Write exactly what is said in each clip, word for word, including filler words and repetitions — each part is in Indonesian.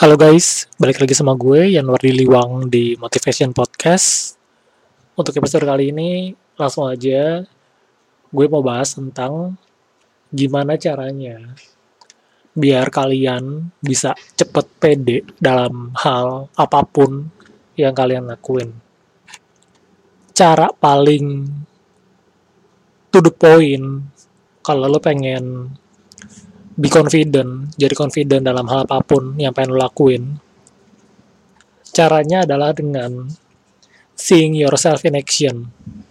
Halo guys, balik lagi sama gue Yanwar Diliwang di Motivation Podcast. Untuk episode kali ini langsung aja gue mau bahas tentang gimana caranya biar kalian bisa cepet pede dalam hal apapun yang kalian lakuin. Cara paling to the point kalau lo pengen be confident, jadi confident dalam hal apapun yang pengen lo lakuin, caranya adalah dengan seeing yourself in action.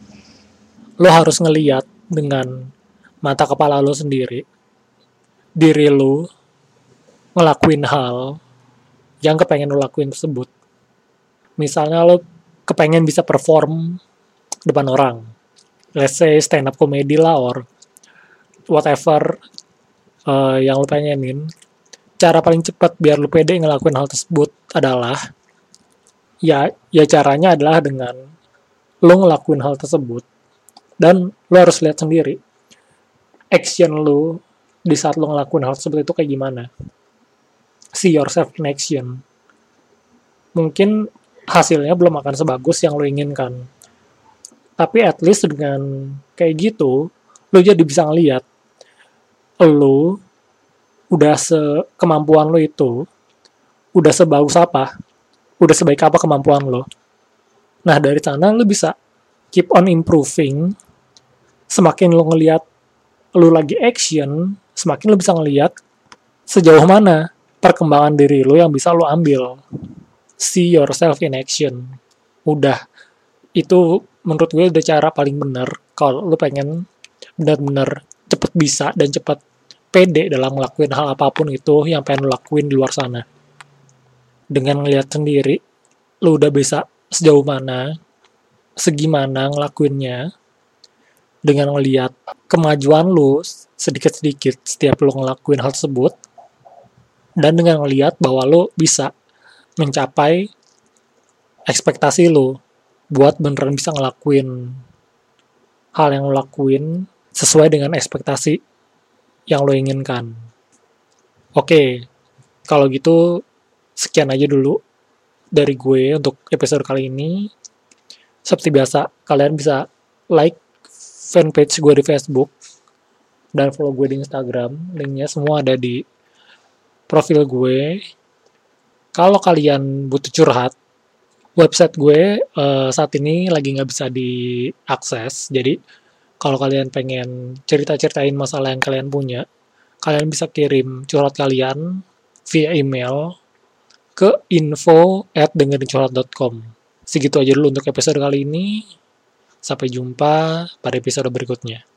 Lo harus ngeliat dengan mata kepala lo sendiri, diri lo ngelakuin hal yang kepengen lo lakuin tersebut. Misalnya lo kepengen bisa perform depan orang, let's say stand up comedy lah or whatever uh, yang lo pengenin. Cara paling cepat biar lo pede ngelakuin hal tersebut adalah ya ya caranya adalah dengan lo ngelakuin hal tersebut dan lo harus lihat sendiri action lo di saat lo ngelakuin hal tersebut itu kayak gimana. See yourself in action. Mungkin hasilnya belum akan sebagus yang lo inginkan, tapi at least dengan kayak gitu lo jadi bisa ngeliat lo udah sekemampuan lo itu udah sebagus apa, udah sebaik apa kemampuan lo. Nah dari sana lo bisa keep on improving. Semakin lo ngeliat lo lagi action, semakin lo bisa ngeliat sejauh mana perkembangan diri lo yang bisa lo ambil. See yourself in action. Udah, itu menurut gue udah cara paling benar kalau lo pengen benar-benar cepet bisa dan cepet pede dalam ngelakuin hal apapun itu yang pengen lo lakuin di luar sana. Dengan ngeliat sendiri lo udah bisa sejauh mana, segimana ngelakuinnya, dengan ngeliat kemajuan lo sedikit-sedikit setiap lo ngelakuin hal tersebut, dan dengan ngeliat bahwa lo bisa mencapai ekspektasi lo buat beneran bisa ngelakuin hal yang lo lakuin sesuai dengan ekspektasi yang lo inginkan. Oke, kalau gitu sekian aja dulu dari gue untuk episode kali ini. Seperti biasa, kalian bisa like fanpage gue di Facebook dan follow gue di Instagram. Linknya semua ada di profil gue. Kalau kalian butuh curhat, website gue uh, saat ini lagi nggak bisa diakses. Jadi kalau kalian pengen cerita-ceritain masalah yang kalian punya, kalian bisa kirim curhat kalian via email ke info at dengerincurhat dot com. Segitu aja dulu untuk episode kali ini. Sampai jumpa pada episode berikutnya.